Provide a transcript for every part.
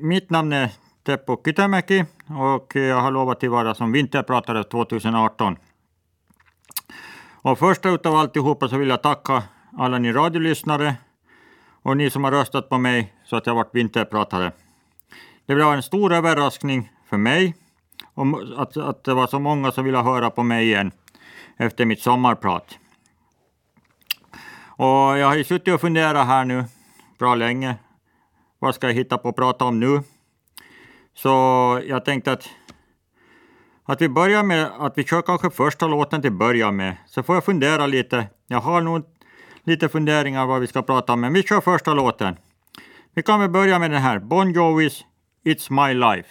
Mitt namn är Teppo Kytämäki och jag har lovat till vara som vinterpratare 2018. Och först utav alltihopa så vill jag tacka alla ni radiolyssnare och ni som har röstat på mig så att jag varit vinterpratare. Det var en stor överraskning för mig att det var så många som ville höra på mig igen efter mitt sommarprat. Och jag har ju suttit och funderat här nu bra länge. Vad ska jag hitta på att prata om nu? Så jag tänkte att vi börjar med att vi kör kanske första låten till börja med. Så får jag fundera lite. Jag har nog lite funderingar vad vi ska prata om. Men vi kör första låten. Vi kan väl börja med den här. Bon Jovis It's My Life.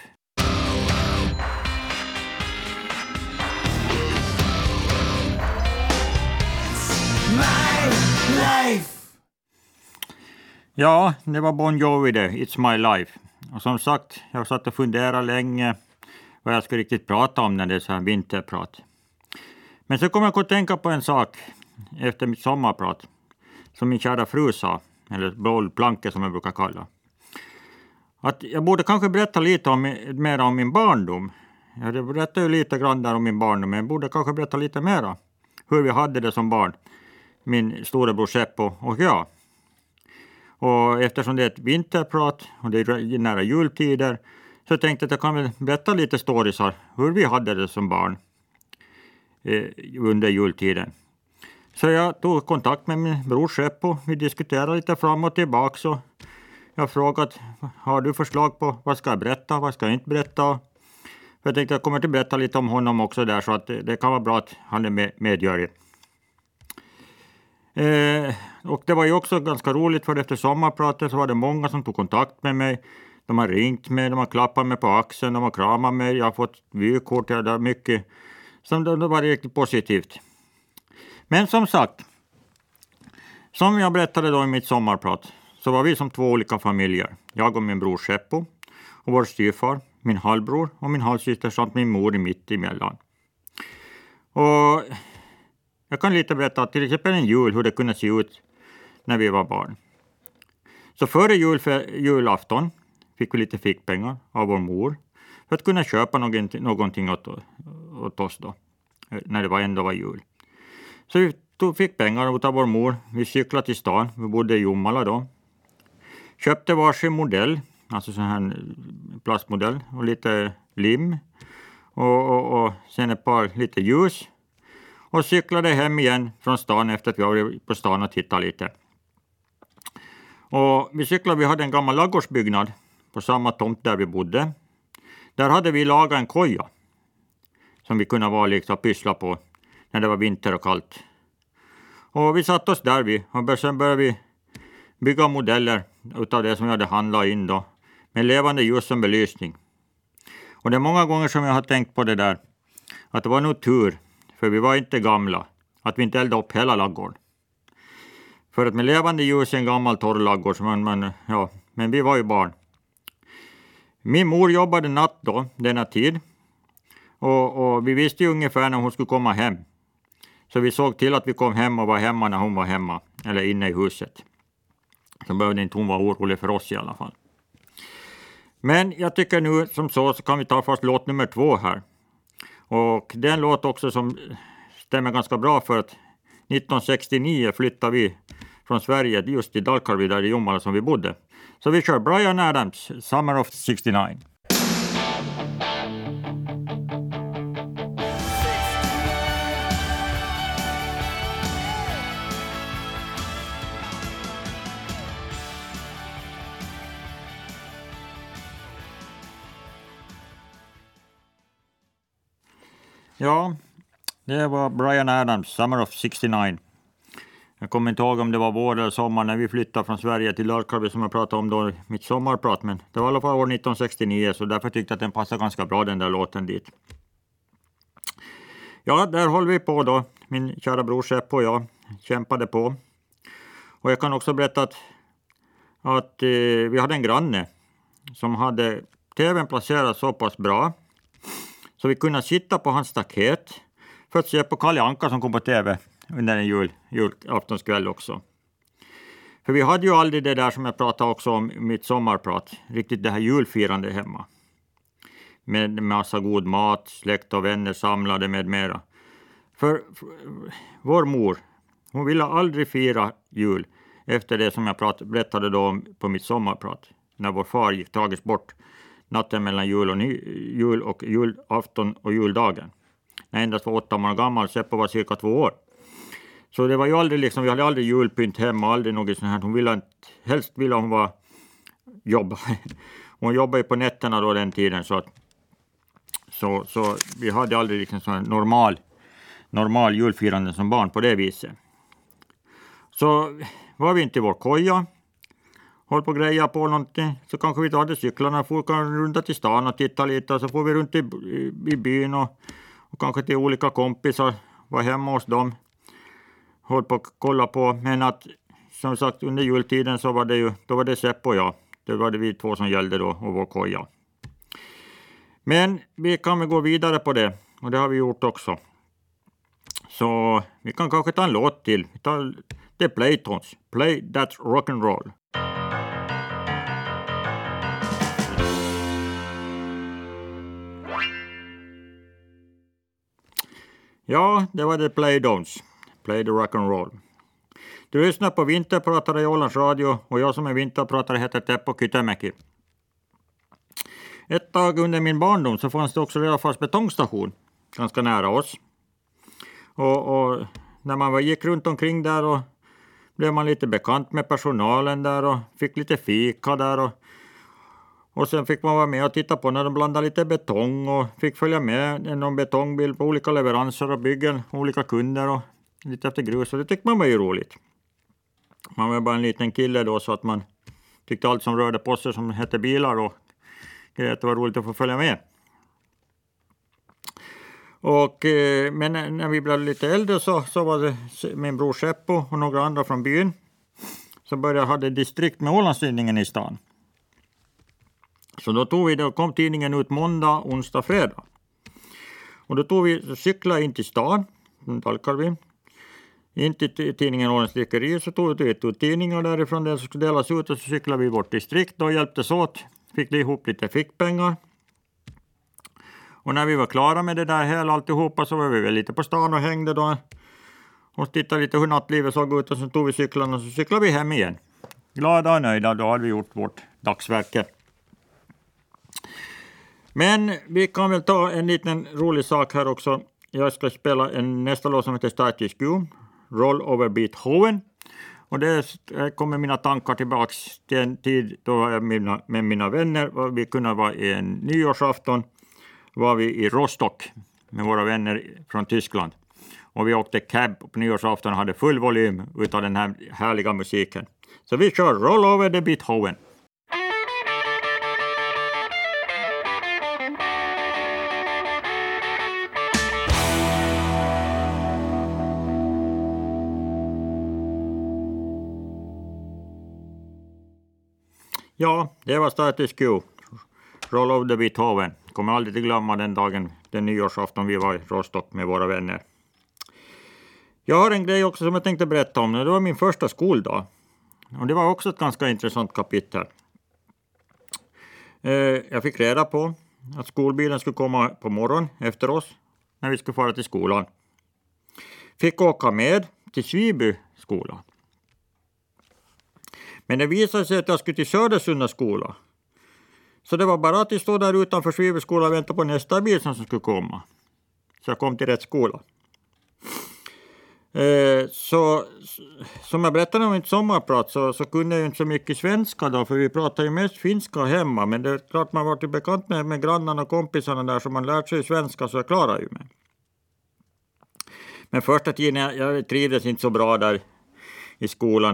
Ja, det var Bon Jovi det. It's My Life. Och som sagt, jag satt och funderade länge vad jag ska riktigt prata om när det är så här vinterprat. Men så kom jag att tänka på en sak efter mitt sommarprat. Som min kära fru sa, eller bollplanke som jag brukar kalla. Att jag borde kanske berätta lite mer om min barndom. Jag berättade ju lite grann där om min barndom, men jag borde kanske berätta lite mer hur vi hade det som barn. Min storebror Seppo och jag. Och eftersom det är ett vinterprat och det är nära jultider så tänkte jag att jag kan väl berätta lite storiesar hur vi hade det som barn under jultiden. Så jag tog kontakt med min bror Seppo. Vi diskuterade lite fram och tillbaka. Så jag frågade, har du förslag på vad ska jag berätta, vad ska jag inte berätta? För jag tänkte att jag kommer att berätta lite om honom också där så att det kan vara bra att han är medgörig. Och det var ju också ganska roligt för efter sommarpratet så var det många som tog kontakt med mig. De har ringt mig, de har klappat mig på axeln, de har kramat mig. Jag har fått vykort, det är mycket som det var riktigt positivt. Men som sagt, som jag berättade då i mitt sommarprat så var vi som två olika familjer. Jag och min bror Seppo och vår styvfar, min halvbror och min halvsyster samt min mor i mitt emellan. Och jag kan lite berätta till exempel en jul hur det kunde se ut när vi var barn. Så före julafton fick vi lite fickpengar av vår mor för att kunna köpa någonting åt oss då, när det ändå var jul. Så vi fick pengar av vår mor, vi cyklade till stan, vi bodde i Jomala då. Köpte varsin modell, alltså sån här plastmodell och lite lim och sen ett par lite ljus. Och cyklade hem igen från stan efter att vi var på stan och tittade lite. Och vi hade en gammal ladugårdsbyggnad på samma tomt där vi bodde. Där hade vi lagat en koja som vi kunde vara liksom pyssla på när det var vinter och kallt. Och vi satt oss där och sen började vi bygga modeller utav det som vi hade handlat in då. Med levande ljus som belysning. Och det är många gånger som jag har tänkt på det där. Att det var nog tur. För vi var inte gamla. Att vi inte eldade upp hela laggården. För att med levande ljus i en gammal torr laggård. Men vi var ju barn. Min mor jobbade natt då. Denna tid. Och vi visste ju ungefär när hon skulle komma hem. Så vi såg till att vi kom hem och var hemma när hon var hemma. Eller inne i huset. Så behövde inte hon vara orolig för oss i alla fall. Men jag tycker nu som så kan vi ta först låt nummer 2 här. Och det är en låt också som stämmer ganska bra för att 1969 flyttade vi från Sverige just till Dalkarvi där i Jomala som vi bodde. Så vi kör Bryan Adams, Summer of 69. Ja, det var Bryan Adams, Summer of 69. Jag kommer inte ihåg om det var vår eller sommar när vi flyttade från Sverige till Dalkarvi som jag pratade om då mitt sommarprat. Men det var i alla fall år 1969 så därför tyckte jag att den passade ganska bra den där låten dit. Ja, där håller vi på då. Min kära bror Seppo och jag kämpade på. Och jag kan också berätta att vi hade en granne som hade tvn placerad så pass bra. Så vi kunde sitta på hans staket för att se på Kalle Anka som kom på tv under en julaftonskväll också. För vi hade ju aldrig det där som jag pratade också om mitt sommarprat. Riktigt det här julfirande hemma. Med massa god mat, släkt och vänner samlade med mera. För vår mor, hon ville aldrig fira jul efter det som jag berättade då om på mitt sommarprat. När vår far gick tragiskt bort natten mellan jul och julafton och juldagen. När jag endast var 8 månader gammal, Seppo var cirka 2 år. Så det var ju aldrig liksom, vi hade aldrig julpynt hemma, aldrig något sånt här. Hon ville inte, helst ville hon jobba. Hon jobbade ju på nätterna då den tiden, så vi hade aldrig liksom sån normal julfirande som barn på det viset. Så var vi inte i vår koja, håll på greja på någonting, så kanske vi hade cyklarna, får runt till stan och titta lite, och så får vi runt i byn och kanske till olika kompisar, var hemma hos dem, håll på att kolla på. Men att som sagt under jultiden så var det ju, då var det Seppo och jag, det var det vi 2 som gällde då och vår koja. Men vi kan väl gå vidare på det, och det har vi gjort också. Så vi kan kanske ta en låt till. Vi tar The Playtones, Play That Rock'n'Roll. Ja, det var The Playtones, Play the Rock'n'Roll. Du lyssnar på Vinterpratare i Ålands Radio, och jag som är vinterpratare heter Teppo Kytömäki. Ett tag under min barndom så fanns det också Reafors betongstation ganska nära oss. Och när man gick runt omkring där och blev man lite bekant med personalen där och fick lite fika där. Och sen fick man vara med och titta på när de blandade lite betong och fick följa med någon betongbil på olika leveranser och byggen, olika kunder och lite efter grus. Och det tyckte man var ju roligt. Man var bara en liten kille då, så att man tyckte allt som rörde på sig som hette bilar och det var roligt att få följa med. Men när vi blev lite äldre så var det min bror Seppo och några andra från byn som började ha det distrikt med Ålandstidningen i stan. Så då kom tidningen ut måndag, onsdag, fredag. Och då tog vi cykla in till stan, Dalkarby. In till tidningen Ålands Likeri, så tog vi tidningar därifrån där som skulle delas ut, och så cyklade vi i vårt distrikt och hjälptes åt. Fick ihop lite fickpengar. Och när vi var klara med det där hela alltihopa så var vi väl lite på stan och hängde då. Och tittade lite hur nattlivet såg ut, och så tog vi cyklarna och så cyklade vi hem igen. Glada och nöjda, då hade vi gjort vårt dagsverke. Men vi kan väl ta en liten rolig sak här också. Jag ska spela nästa låt som heter Status Quo, Roll Over Beethoven. Och det kommer mina tankar tillbaka till en tid då jag med mina vänner. Vi kunde vara i en nyårsafton. Var vi i Rostock med våra vänner från Tyskland. Och vi åkte cab på nyårsafton och hade full volym utav den här härliga musiken. Så vi kör Roll Over the Beethoven. Ja, det var Status Quo. Roll Over the Beethoven. Kommer aldrig att glömma den dagen, den nyårsafton vi var i Rostock med våra vänner. Jag har en grej också som jag tänkte berätta om. Det var min första skoldag. Och det var också ett ganska intressant kapitel. Jag fick reda på att skolbilen skulle komma på morgon efter oss när vi skulle fara till skolan. Fick åka med till Sviby skola. Men det visade sig att jag skulle till Södersunda skola. Så det var bara att jag stod där utanför Sviby skola och väntade på nästa bil som skulle komma. Så jag kom till rätt skola. Så som jag berättade om mitt sommarprat så kunde jag inte så mycket svenska då, för vi pratade ju mest finska hemma, men det är klart man var till bekant med grannarna och kompisarna där, så man lärt sig svenska, så jag klarar ju mig. Men första tiden jag trivdes inte så bra där i skolan,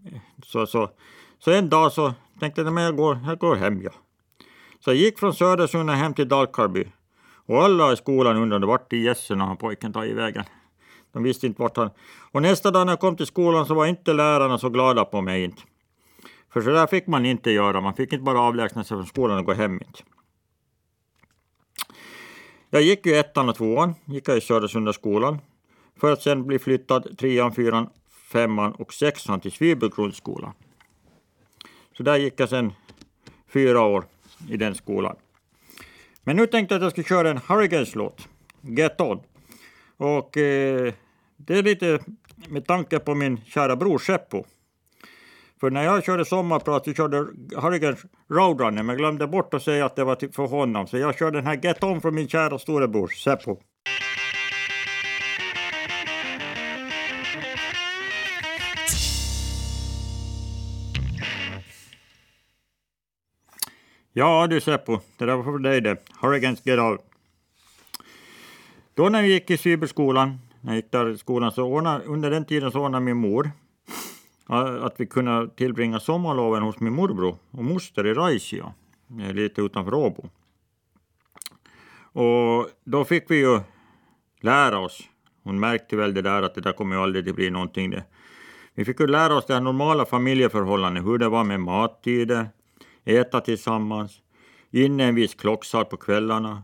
så en dag så tänkte jag att jag går hem. Ja. Så jag gick från Södersunda hem till Dalkarby, och alla i skolan undrade vart i gässen har pojken tagit vägen. De visste inte vart han... Och nästa dag när jag kom till skolan så var inte lärarna så glada på mig inte. För så där fick man inte göra. Man fick inte bara avlägsna sig från skolan och gå hem inte. Jag gick ju 1:an och 2:an. Gick jag i Södersunda skolan. För att sen bli flyttad 3:an, 4:an, 5:an och 6:an till Sviby grundskola. Så där gick jag sedan 4 år i den skolan. Men nu tänkte jag att jag skulle köra en Hurricanes-låt, Get On. Och det är lite med tanke på min kära bror Seppo. För när jag körde sommarprat så körde Hurricanes Roadrunner, men glömde bort att säga att det var för honom. Så jag körde den här Get On från min kära storebror Seppo. Ja du Seppo, det där var för dig det. Hurricanes Get On. Då när vi gick i Svibyskolan, när jag gick där i skolan, så under den tiden så ordnade min mor att vi kunde tillbringa sommarloven hos min morbror och moster i Raisio, lite utanför Åbo. Och då fick vi ju lära oss, hon märkte väl det där att det där kommer ju aldrig att bli någonting det. Vi fick ju lära oss det här normala familjeförhållanden, hur det var med mattider, äta tillsammans, inne en viss klockslag på kvällarna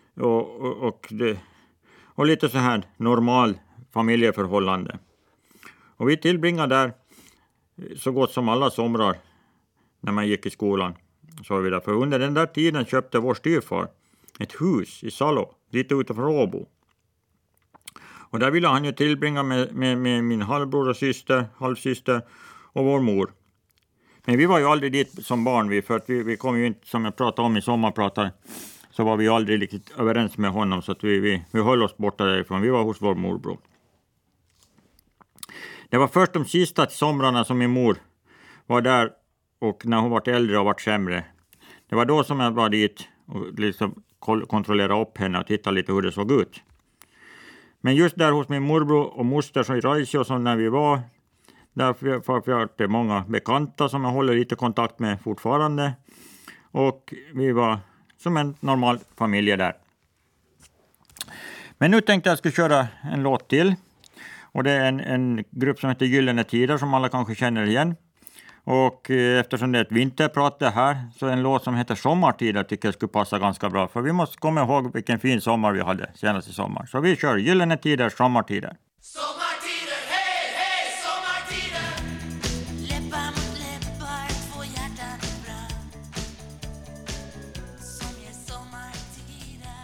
och lite så här normal familjeförhållande. Och vi tillbringade där så gott som alla somrar när man gick i skolan. Så vidare. För under den där tiden köpte vår styrfar ett hus i Salo, lite utanför Åbo. Och där ville han ju tillbringa med min halvbror och halvsyster och vår mor. Men vi var ju aldrig dit som barn, för att vi kom ju inte, som jag pratade om i sommarpratar, så var vi aldrig riktigt överens med honom, så att vi höll oss borta därifrån. Vi var hos vår morbror. Det var först de sista somrarna som min mor var där, och när hon var äldre och var sämre. Det var då som jag var dit och liksom kontrollerade upp henne och tittade lite hur det såg ut. Men just där hos min morbror och moster som i Raisio, som när vi var, därför att det är många bekanta som jag håller lite kontakt med fortfarande. Och vi var som en normal familj där. Men nu tänkte jag skulle köra en låt till. Och det är en grupp som heter Gyllene Tider, som alla kanske känner igen. Och eftersom det är ett vinterprat det här, så en låt som heter Sommartider tycker jag skulle passa ganska bra. För vi måste komma ihåg vilken fin sommar vi hade senaste sommar. Så vi kör Gyllene Tider, Sommartider. Sommartider, hej, hej, sommartider. Läppar mot läppar, två hjärtan i brand. Som ger sommartider.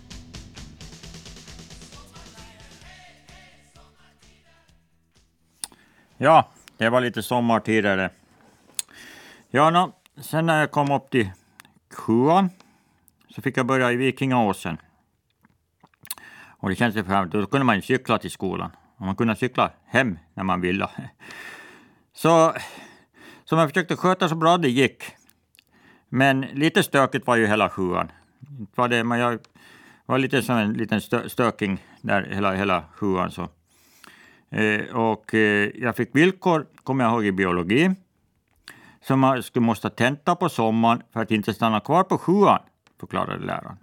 Ja, det var lite sommartider. Ja, sen när jag kom upp till 7:an så fick jag börja i Vikingaåsen. Och det känns ju fram, då kunde man ju cykla till skolan. Och man kunde cykla hem när man ville. Så jag försökte sköta så bra det gick. Men lite stökigt var ju hela 7:an. Men jag var lite som en liten stöking där hela 7:an så. Och jag fick villkor, kommer jag ihåg, i biologi. Som man måste tenta på sommaren för att inte stanna kvar på 7:an, förklarade läraren.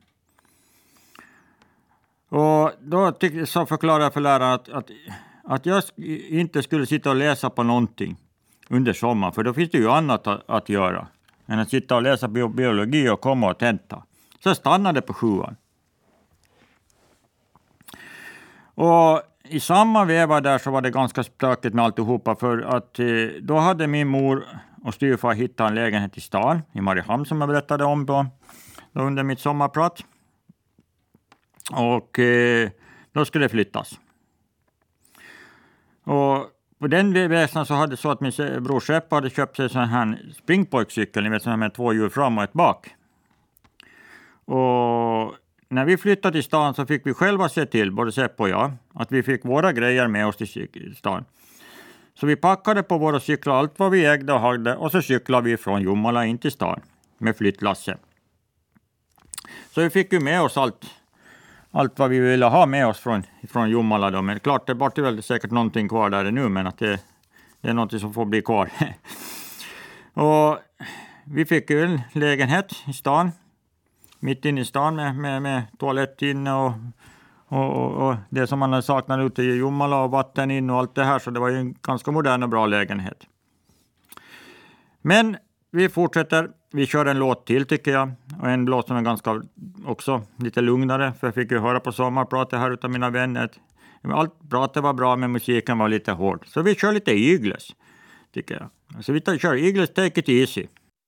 Och då förklarade jag för läraren att jag inte skulle sitta och läsa på någonting under sommaren. För då finns det ju annat att göra än att sitta och läsa biologi och komma och tenta. Så jag stannade på 7:an. Och i samma veva där så var det ganska stökigt med alltihopa, för att då hade min mor och styrfar hittat en lägenhet i stan, i Mariehamn, som jag berättade om då under mitt sommarprat. Och då skulle det flyttas. Och på den vägen så hade så att min bror Sepp hade köpt sig en sån här springpojkcykel, ni vet, sån här med 2 hjul fram och ett bak. Och när vi flyttade till stan så fick vi själva se till, både Sepp och jag, att vi fick våra grejer med oss till stan. Så vi packade på våra cyklar allt vad vi ägde och hade, och så cyklade vi från Jomala in till stan med flyttlasse. Så vi fick ju med oss allt vad vi ville ha med oss från Jomala då. Men klart, det var väl säkert någonting kvar där nu, men att det är något som får bli kvar. Och vi fick ju en lägenhet i stan, mitt inne i stan med toalett inne och det som man hade saknat ute i Jomala och vatten in och allt det här. Så det var ju en ganska modern och bra lägenhet. Men vi fortsätter. Vi kör en låt till tycker jag. Och en låt som är ganska också lite lugnare. För jag fick ju höra på sommarpratet här utav mina vänner. Allt pratet var bra, men musiken var lite hård. Så vi kör lite Eagles, tycker jag. Så vi kör Eagles Take It Easy.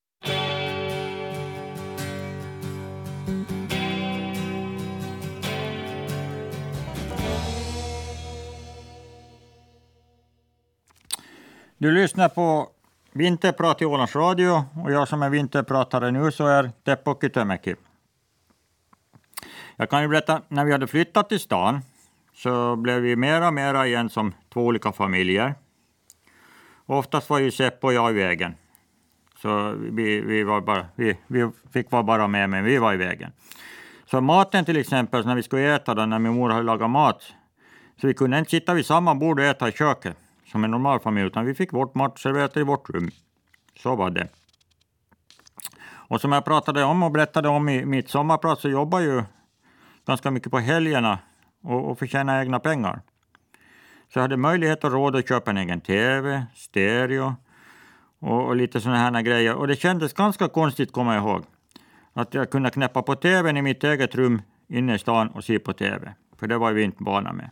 Du lyssnar på Vinterprat i Ålands Radio, och jag som är vinterpratare nu så är Teppo Kytömäki. Jag kan ju berätta, när vi hade flyttat till stan så blev vi mera igen som 2 olika familjer. Oftast var ju Seppo och jag i vägen. Så vi fick vara bara med, men vi var i vägen. Så maten till exempel, när vi skulle äta då, när min mor hade lagat mat, så vi kunde inte sitta vid samma bord och äta i köket som en normal familj, utan vi fick vårt mat serverat i vårt rum. Så var det. Och som jag pratade om och berättade om i mitt sommarprat, så jobbar ju ganska mycket på helgerna och förtjäna egna pengar. Så jag hade möjlighet att råda att köpa en egen tv, stereo och lite sådana här grejer. Och det kändes ganska konstigt, kommer jag ihåg, att jag kunde knäppa på tvn i mitt eget rum inne i stan och se på tv. För det var vi inte vana med.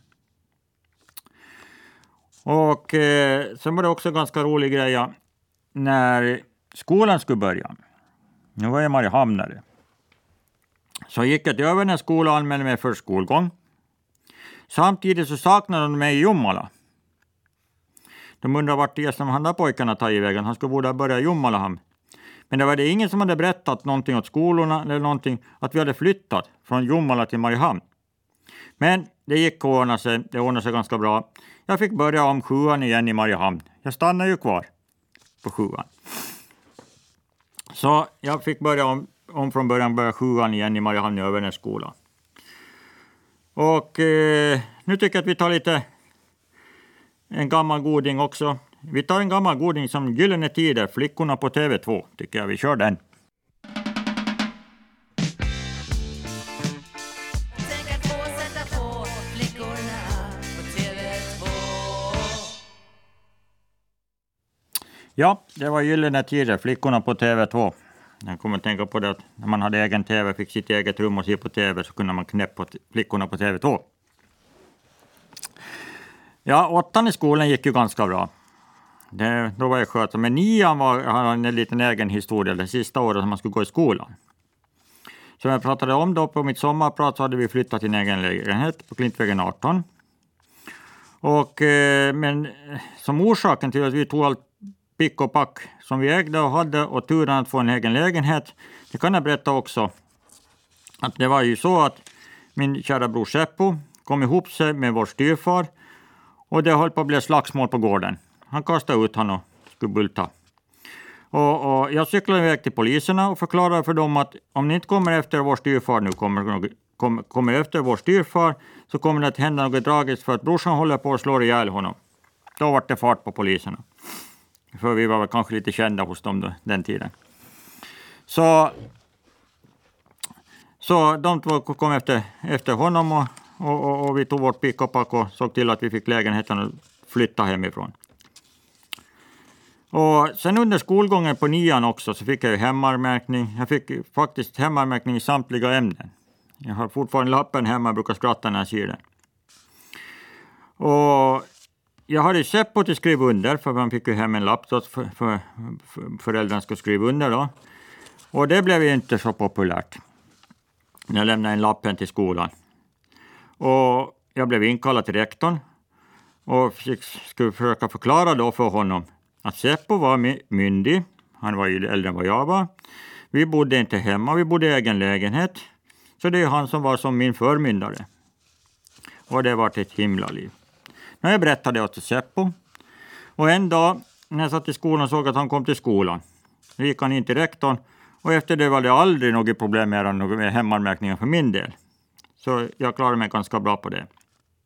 Och sen var det också ganska rolig grej när skolan skulle börja. Nu var jag Mariehamnare. Så gick jag till Övernäs skola och anmälde mig för skolgång. Samtidigt så saknade de mig i Jomala. De undrade vart det som han där pojkarna tagit i vägen. Han skulle borde börja i Jomalahamn. Men det var det ingen som hade berättat någonting åt skolorna eller någonting att vi hade flyttat från Jomala till Mariehamn. Men det gick att ordna sig. Det ordnade sig ganska bra. Jag fick börja om 7:an igen i Mariehamn. Jag stannade ju kvar på 7:an. Så jag fick börja om från början, börja 7:an igen i Mariehamn i Övernäs skola. Och nu tycker jag att vi tar lite en gammal goding också. Vi tar en gammal goding som Gyllene Tider, Flickorna på TV2. Tycker jag vi kör den. Tänk att få sätta på Flickorna på TV2. Ja, det var Gyllene Tider, Flickorna på TV2. Jag kommer att tänka på det att när man hade egen tv, fick sitt eget rum och se på tv, så kunde man knäppa Flickorna på TV2. Ja, 8:an i skolan gick ju ganska bra. Då var jag sköt. Men 9:an hade en liten egen historia, det sista året som man skulle gå i skolan. Som jag pratade om då på mitt sommarprat, så hade vi flyttat till en egen lägenhet på Klintvägen 18. Och, men som orsaken till att vi tog allt pick och pack som vi ägde och hade och turen att få en egen lägenhet, det kan jag berätta också. Att det var ju så att min kära bror Seppo kom ihop sig med vår styrfar, och det höll på att bli slagsmål på gården. Han kastade ut han och skulle bulta. Och jag cyklade iväg till poliserna och förklarade för dem att om ni inte kommer efter vår styrfar nu, kommer efter vår styrfar, så kommer det att hända något tragiskt, för att brorsan håller på att slå ihjäl honom. Då var det fart på poliserna. För vi var väl kanske lite kända hos dem då, den tiden. Så de två kom efter honom och vi tog vårt pick och pack och såg till att vi fick lägenheten och flytta hemifrån. Och sen under skolgången på 9:an också så fick jag ju hemarmärkning. Jag fick faktiskt hemarmärkning i samtliga ämnen. Jag har fortfarande lappen hemma, jag brukar skratta när jag ser den. Och jag hade Seppo till skriva under, för man fick ju hem en lapp så att föräldrarna skulle skriva under då. Och det blev ju inte så populärt. Jag lämnade en lapp till skolan. Och jag blev inkallad till rektorn och skulle försöka förklara då för honom att Seppo var myndig. Han var ju äldre än vad jag var. Vi bodde inte hemma, vi bodde i egen lägenhet. Så det är han som var som min förmyndare. Och det var ett himla liv. När jag berättade det åt Seppo. Och en dag när jag satt i skolan såg att han kom till skolan. Då gick han in till rektorn. Och efter det var det aldrig något problem med hemanmärkningar för min del. Så jag klarade mig ganska bra på det.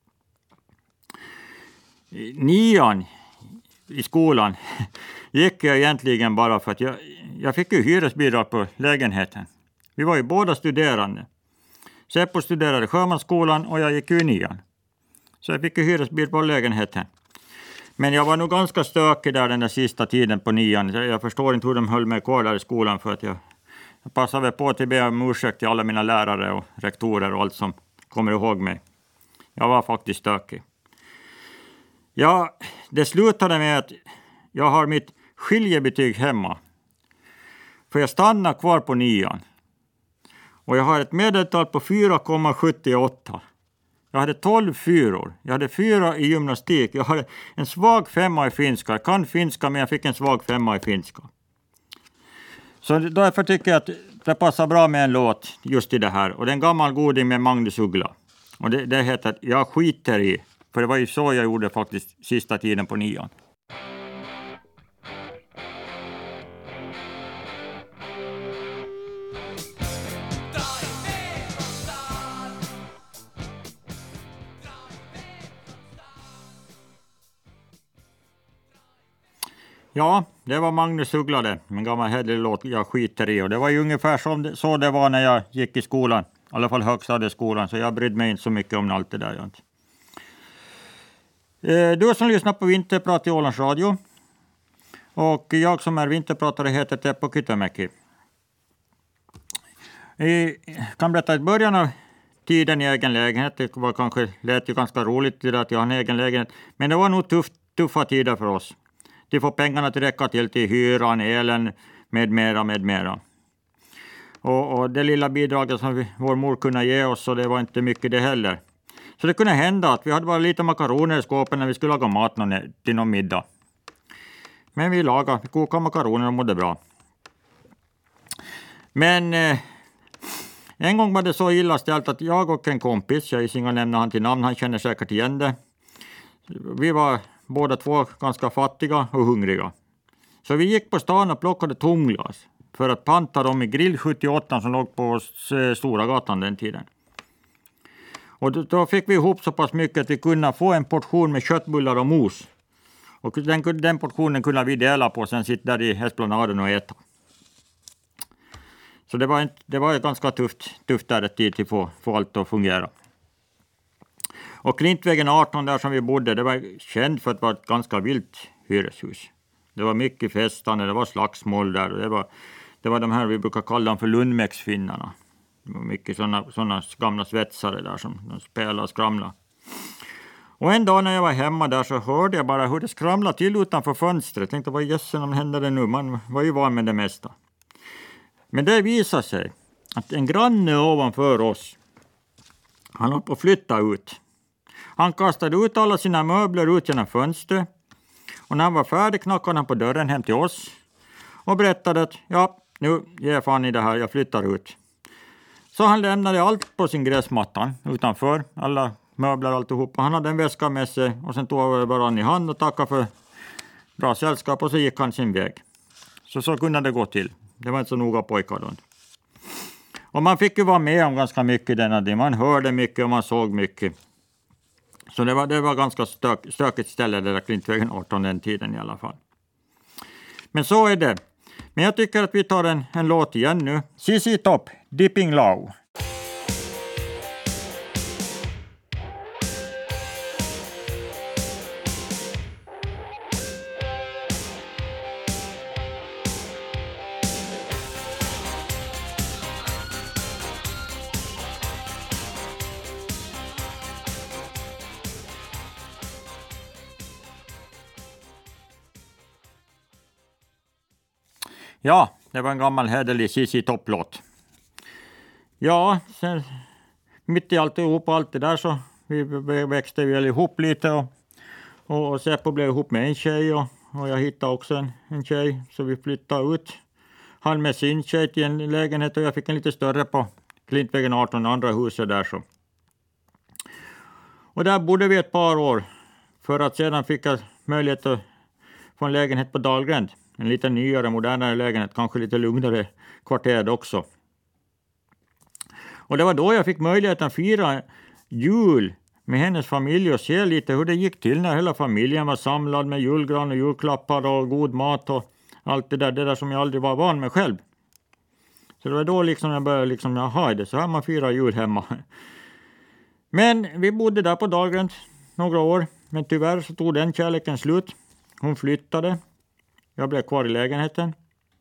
9:an i skolan gick jag egentligen bara för att jag fick ju hyresbidrag på lägenheten. Vi var ju båda studerande. Seppo studerade Sjömansskolan och jag gick ju i 9:an. Så jag fick ju hyresbidrag på lägenheten. Men jag var nog ganska stökig där den där sista tiden på 9:an. Jag förstår inte hur de höll mig kvar där i skolan, för att jag passade på att be om ursäkt till alla mina lärare och rektorer och allt som kommer ihåg mig. Jag var faktiskt stökig. Ja, det slutade med att jag har mitt skiljebetyg hemma. För jag stannar kvar på 9. Och jag har ett medeltal på 4,78. Jag hade 12 fyror. Jag hade 4 i gymnastik. Jag hade en svag 5 i finska. Jag kan finska, men jag fick en svag 5 i finska. Så därför tycker jag att det passar bra med en låt just i det här. Och det är en gammal goding med Magnus Uggla. Och det heter Jag skiter i. För det var ju så jag gjorde faktiskt sista tiden på 9. Ja, det var Magnus Uggla det. En gammal hederlig låt, Jag skiter i. Och det var ju ungefär så det var när jag gick i skolan. I alla fall högstadieskolan. Så jag brydde mig inte så mycket om allt det där. Du som lyssnar på Vinterprat i Ålands Radio. Och jag som är vinterpratare heter Teppo Kytömäki. Jag kan berätta att i början av tiden i egen lägenhet. Det var lät ju ganska roligt att jag har en egen lägenhet. Men det var nog tuffa tider för oss. De får pengarna att räcka till hyran, elen med mera. Och det lilla bidraget som vår mor kunde ge oss, så det var inte mycket det heller. Så det kunde hända att vi hade bara lite makaroner i skåpen när vi skulle laga mat till någon middag. Men vi kokade makaroner och mådde bra. Men en gång var det så illa ställt att jag och en kompis, jag ska nämna han till namn, han känner säkert igen det. Vi var båda två ganska fattiga och hungriga. Så vi gick på stan och plockade tomglas för att panta dem i Grill 78 som låg på Stora gatan den tiden. Och då fick vi ihop så pass mycket att vi kunde få en portion med köttbullar och mos. Och den portionen kunde vi dela på och sen sitta där i esplanaden och äta. Så det var ganska tufft där ett tid till att få allt att fungera. Och Klintvägen 18 där som vi bodde, det var känt för att vara ett ganska vilt hyreshus. Det var mycket festande, det var slagsmål där. Det var de här vi brukar kalla dem för Lundmäcksfinnarna. Det var mycket sådana gamla svetsare där som spelade och skramlade. Och en dag när jag var hemma där så hörde jag bara hur det skramlade till utanför fönstret. Jag tänkte, vad jössen hände det nu? Man var ju van med det mesta. Men det visade sig att en granne ovanför oss, han höll på att flytta ut. Han kastade ut alla sina möbler ut genom fönstret. Och när han var färdig knackade han på dörren hem till oss. Och berättade att nu ger fan i det här, jag flyttar ut. Så han lämnade allt på sin gräsmattan utanför. Alla möbler alltihopa. Han hade en väska med sig. Och sen tog han varann i hand och tackade för bra sällskap. Och så gick han sin väg. Så kunde det gå till. Det var inte så noga pojkar då. Och man fick ju vara med om ganska mycket denna dag. Man hörde mycket och man såg mycket. Så det var ganska stökigt ställe det där Klintvägen 18 den tiden i alla fall. Men så är det. Men jag tycker att vi tar en låt igen nu. ZZ Top, Dipping Low. Ja, det var en gammal hederlig ZZ Top-låt. Ja, sen, mitt i allt det där så vi växte väl ihop lite och Seppo blev ihop med en tjej och jag hittade också en tjej så vi flyttade ut. Han med sin tjej till en lägenhet och jag fick en lite större på Klintvägen 18, andra huset där så. Och där bodde vi ett par år för att sedan fick jag möjlighet att få en lägenhet på Dahlgränd. En lite nyare, modernare lägenhet, kanske lite lugnare kvarter också. Och det var då jag fick möjligheten att fira jul med hennes familj och se lite hur det gick till när hela familjen var samlad med julgran och julklappar och god mat och allt det där som jag aldrig var van med själv. Så det var då liksom jag började jaha, det så här man firar jul hemma. Men vi bodde där på Dahlgränd några år, men tyvärr så tog den kärleken slut. Hon flyttade. Jag blev kvar i lägenheten.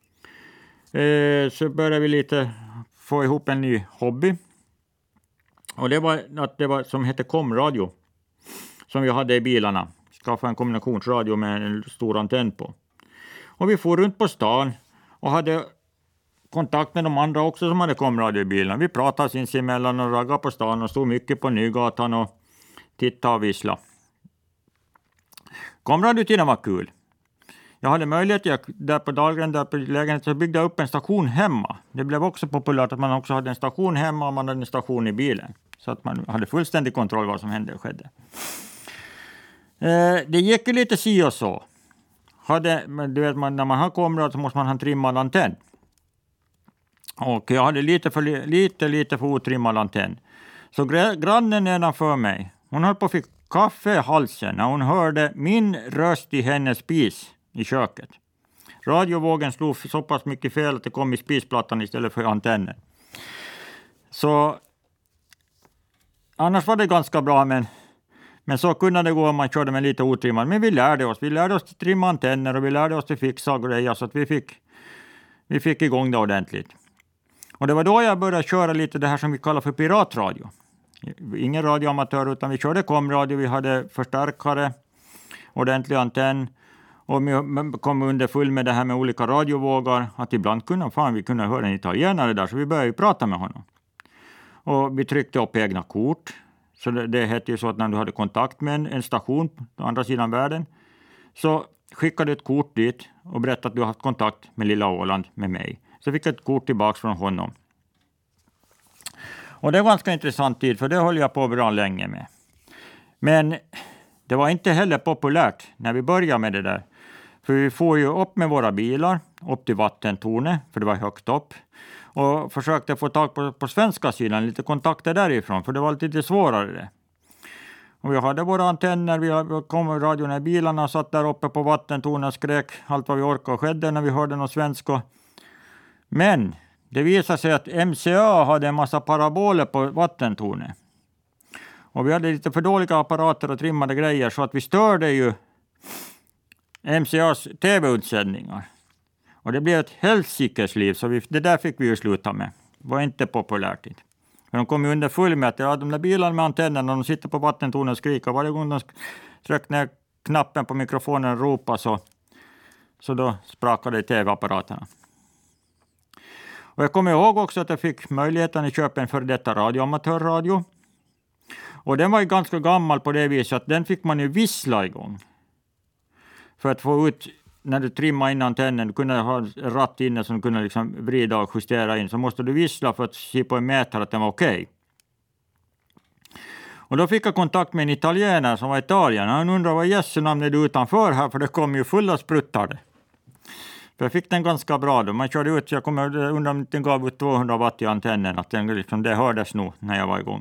Så började vi lite få ihop en ny hobby. Och det var att det var som hette komradio som vi hade i bilarna. Skaffa en kombinationsradio med en stor antenn på. Och vi får runt på stan och hade kontakt med de andra också som hade komradio i bilen. Vi pratade sinsemellan och raggade på stan och stod mycket på Nygatan och tittade och vissla. Komradiotiden var kul. Jag hade möjlighet, där på Dahlgren, där på lägenheten, så byggde jag upp en station hemma. Det blev också populärt att man också hade en station hemma och man hade en station i bilen. Så att man hade fullständig kontroll vad som hände och skedde. Det gick ju lite si och så. Men du vet, när man har komrad så måste man ha en trimmad antenn. Och jag hade lite för otrimmad antenn. Så grannen nedanför mig, hon höll på att fick kaffe i halsen när hon hörde min röst i hennes spis i köket. Radiovågen slog så pass mycket fel att det kom i spisplattan istället för antennen. Så annars var det ganska bra, men så kunde det gå om man körde med lite otrimmad. Men vi lärde oss att trimma antenner och vi lärde oss att fixa grejer så att vi fick igång det ordentligt. Och det var då jag började köra lite det här som vi kallar för piratradio. Ingen radioamatör utan vi körde komradio, vi hade förstärkare, ordentlig antenn och vi kom under full med det här med olika radiovågar att ibland vi kunde höra en italienare där så vi började prata med honom. Och vi tryckte upp egna kort. Så det hette ju så att när du hade kontakt med en station på andra sidan världen så skickade du ett kort dit och berättade att du har haft kontakt med lilla Åland med mig. Så fick jag ett kort tillbaka från honom. Och det var ganska intressant tid för det höll jag på bra länge med. Men det var inte heller populärt när vi började med det där. För vi får ju upp med våra bilar upp till vattentornet för det var högt upp. Och försökte få tag på svenska sidan, lite kontakter därifrån, för det var lite svårare det. Och vi hade våra antenner, vi kom med radion i bilarna, satt där uppe på vattentornet och skrek allt vad vi orkade och skedde när vi hörde något svenska. Men det visade sig att MCA hade en massa paraboler på vattentornet. Och vi hade lite för dåliga apparater och trimmade grejer så att vi störde ju MCAs tv-utsändningar. Och det blev ett helsikes liv, så det där fick vi ju sluta med. Det var inte populärt. För de kom ju under full med att de där bilarna med antennerna, de sitter på vattentornet och skriker. Varje gång de tryckte ner knappen på mikrofonen och ropade så då sprakade tv-apparaterna. Och jag kommer ihåg också att jag fick möjligheten att köpa en för detta radioamatörradio. Och den var ju ganska gammal på det viset att den fick man ju vissla igång. För att få ut, när du trimmar in antennen, du kunde ha en ratt inne som du kunde liksom vrida och justera in. Så måste du vissla för att se på en mätare att den var okej. Och då fick jag kontakt med en italienare som var i Italien. Han undrade vad Jessenamn är det utanför här, för det kom ju fulla spruttar. För jag fick den ganska bra då. Man körde ut, jag undrar om den gav ut 200 watt i antennen. Att den, liksom, det hördes nog när jag var igång.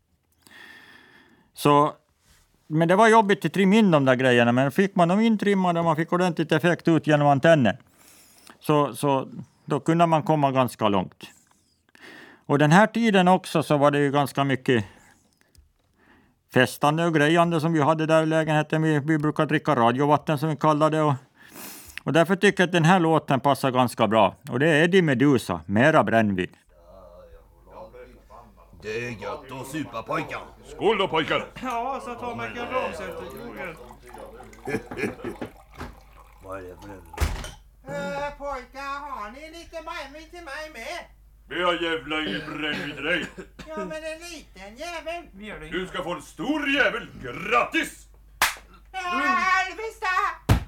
Så, men det var jobbigt att trimma in de där grejerna. Men fick man dem intrimmade och man fick ordentligt effekt ut genom antennen. Så då kunde man komma ganska långt. Och den här tiden också så var det ju ganska mycket festande och grejande som vi hade där i lägenheten. Vi brukar dricka radiovatten som vi kallade det. Och därför tycker jag att den här låten passar ganska bra. Och det är Eddie Meduza, Mera brännvin. Det är gött att supa, pojkar. Skål då, pojkar! Ja, så tar man en ramsätt. Vad är det för en? Pojkar, har ni lite brännvin till mig med? Vi har jävla ingen brännvin till dig. Ja, men en liten jävel. Du ska få en stor jävel gratis! Alvesta!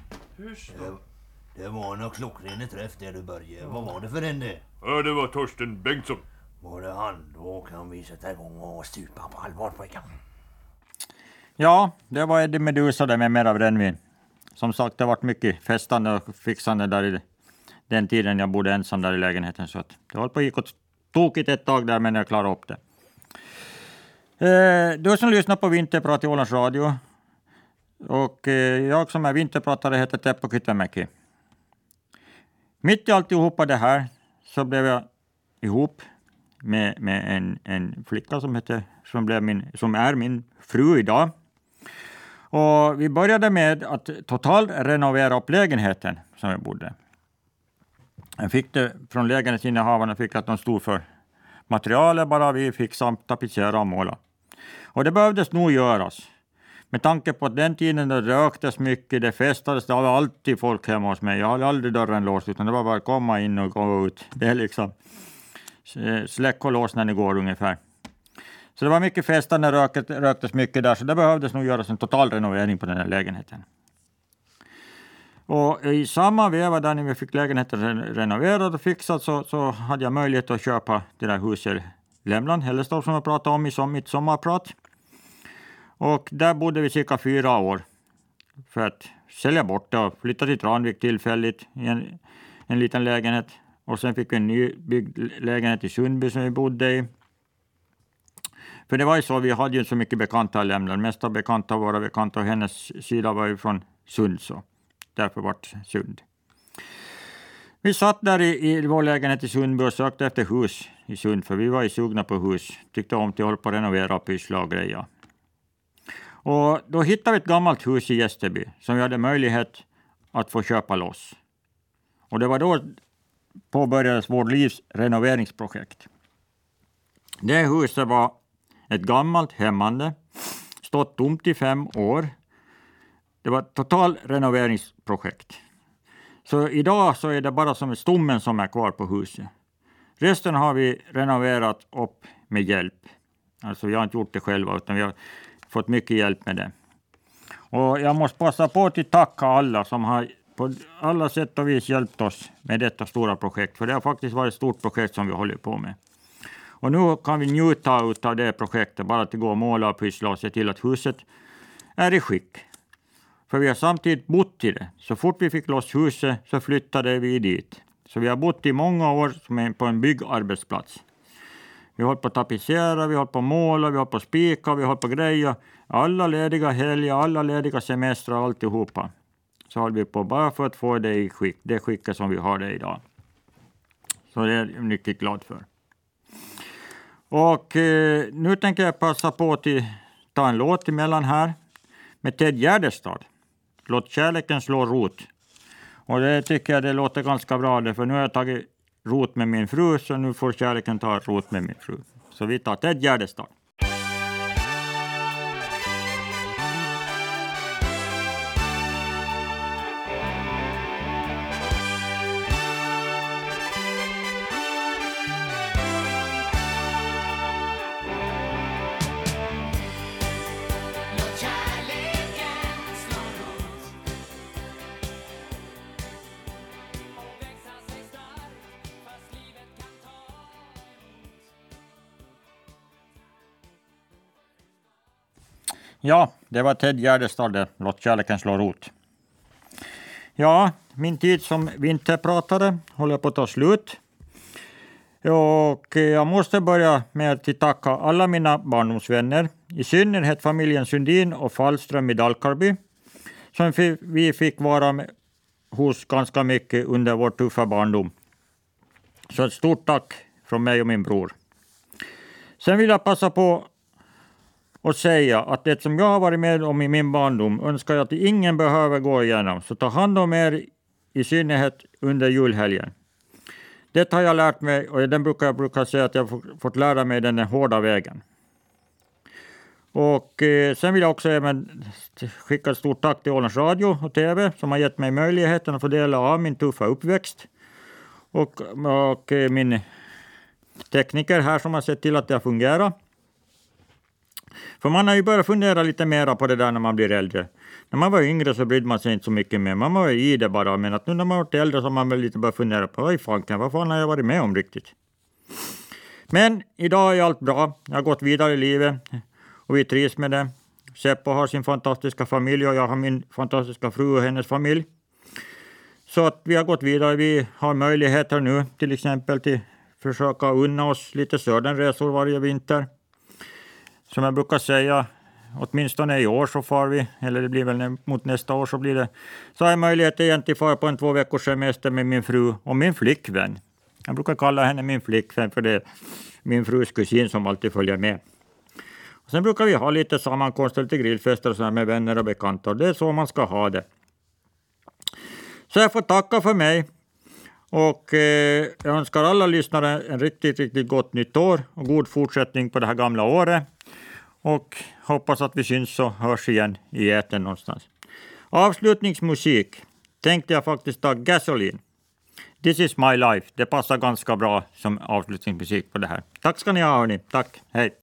Det var nog klockren träff där du började. Vad var det för en det? Ja, det var Torsten Bengtsson. Var det han? Då kan vi sätta igång och stupa på allvar, pojkar. Ja, det var Eddie Meduza där med Mera brännvin. Som sagt, det har varit mycket festande och fixande där i den tiden jag bodde ensam där i lägenheten. Så att det var på gick åt tokigt ett tag där, men jag klarade upp det. Du som lyssnar på Vinterprat i Ålands Radio. Och jag som är vinterpratare heter Teppo Kytvämäki. Mitt i alltihopa det här så blev jag ihop med en flicka som är min fru idag. Och vi började med att totalt renovera upp lägenheten som vi bodde. Jag fick det från lägenhetsinnehavarna, fick att de stod för materialet bara vi fick samt tapetsera och måla. Och det behövdes nog göras. Med tanke på att den tiden det röktes mycket, det festades, det var alltid folk hemma hos mig. Jag hade aldrig dörren låst utan det var bara att komma in och gå ut. Det är liksom släck och lås när ni går ungefär. Så det var mycket festande, röktes mycket där, så det behövdes nog göras en total renovering på den här lägenheten. Och i samma veva där när vi fick lägenheten renoverad och fixad så hade jag möjlighet att köpa det där huset i Lämland, Hällestorp, som jag pratade om i mitt sommarprat. Och där bodde vi cirka 4 år för att sälja bort det och flytta till Tranvik tillfälligt i en liten lägenhet. Och sen fick vi en nybyggd lägenhet i Sundby som vi bodde i. För det var ju så, vi hade ju så mycket bekanta i Lämland. Mesta bekanta, våra bekanta och hennes sida var ju från Sund, så därför var det Sund. Vi satt där i vår lägenhet i Sundby och sökte efter hus i Sund, för vi var ju sugna på hus. Tyckte om att hålla på att renovera och pyssla och grejer. Och då hittade vi ett gammalt hus i Gästerby som vi hade möjlighet att få köpa loss. Och det var då påbörjades vårt livs renoveringsprojekt. Det huset var ett gammalt hemmande, stått tomt i 5 år. Det var ett total renoveringsprojekt. Så idag så är det bara som stommen som är kvar på huset. Resten har vi renoverat upp med hjälp. Alltså vi har inte gjort det själva utan vi har fått mycket hjälp med det. Och jag måste passa på att tacka alla som har på alla sätt och vis hjälpt oss med detta stora projekt. För det har faktiskt varit ett stort projekt som vi håller på med. Och nu kan vi njuta av det projektet, bara att gå och måla och pyssla och se till att huset är i skick. För vi har samtidigt bott i det. Så fort vi fick loss huset så flyttade vi dit. Så vi har bott i många år som på en byggarbetsplats. Vi har på att tapetsera, vi har på att måla, vi har på att spika, vi har på grejer. Alla lediga helger, alla lediga semestrar, alltihopa. Så håller vi på bara för att få det i skick. Det skicket som vi har det idag. Så det är jag mycket glad för. Och nu tänker jag passa på att ta en låt emellan här. Med Ted Gärdestad. Låt kärleken slå rot. Och det tycker jag det låter ganska bra. För nu har jag tagit rot med min fru. Så nu får kärleken ta rot med min fru. Så vi tar Ted Gärdestad. Ja, det var Ted Gärdestad, låt kärleken slå rot. Ja, min tid som vinterpratare håller på att ta slut. Och jag måste börja med att tacka alla mina barndomsvänner. I synnerhet familjen Sundin och Fallström i Dalkarby. Som vi fick vara med hos ganska mycket under vår tuffa barndom. Så ett stort tack från mig och min bror. Sen vill jag passa på och säga att det som jag har varit med om i min barndom önskar jag att ingen behöver gå igenom. Så ta hand om er i synnerhet under julhelgen. Det har jag lärt mig och den brukar säga att jag fått lära mig den hårda vägen. Och sen vill jag också även skicka ett stort tack till Ålands Radio och TV som har gett mig möjligheten att få dela av min tuffa uppväxt. Och min tekniker här som har sett till att det fungerar. För man har ju börjat fundera lite mer på det där när man blir äldre. När man var yngre så brydde man sig inte så mycket mer. Man var i det bara. Men att nu när man varit äldre så har man väl lite börjat fundera på vad fan har jag varit med om riktigt. Men idag är allt bra. Jag har gått vidare i livet. Och vi trivs med det. Seppo har sin fantastiska familj och jag har min fantastiska fru och hennes familj. Så att vi har gått vidare. Vi har möjligheter nu till exempel till försöka unna oss lite söderresor varje vinter. Som jag brukar säga, åtminstone i år så far vi, eller det blir väl mot nästa år så blir det. Så har jag möjlighet egentligen fara på en 2 veckors semester med min fru och min flickvän. Jag brukar kalla henne min flickvän för det är min frus kusin som alltid följer med. Och sen brukar vi ha lite sammankomster, lite grillfester och så här med vänner och bekanta och det är så man ska ha det. Så jag får tacka för mig Och jag önskar alla lyssnare en riktigt gott nytt år och god fortsättning på det här gamla året. Och hoppas att vi syns och hörs igen i etern någonstans. Avslutningsmusik tänkte jag faktiskt ta Gasoline. This is my life. Det passar ganska bra som avslutningsmusik på det här. Tack ska ni ha, hörni. Tack. Hej.